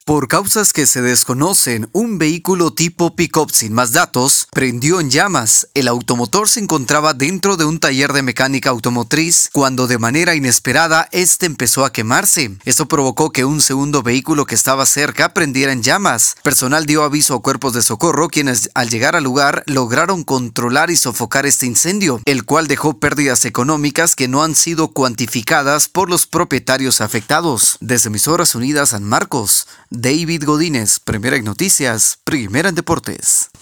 Por causas que se desconocen, un vehículo tipo pick-up sin más datos prendió en llamas. El automotor se encontraba dentro de un taller de mecánica automotriz cuando de manera inesperada este empezó a quemarse. Esto provocó que un segundo vehículo que estaba cerca prendiera en llamas. Personal dio aviso a cuerpos de socorro, quienes al llegar al lugar lograron controlar y sofocar este incendio, el cual dejó pérdidas económicas que no han sido cuantificadas por los propietarios afectados. Desde Emisoras Unidas San Marcos, David Godínez, Primera en Noticias, Primera en Deportes.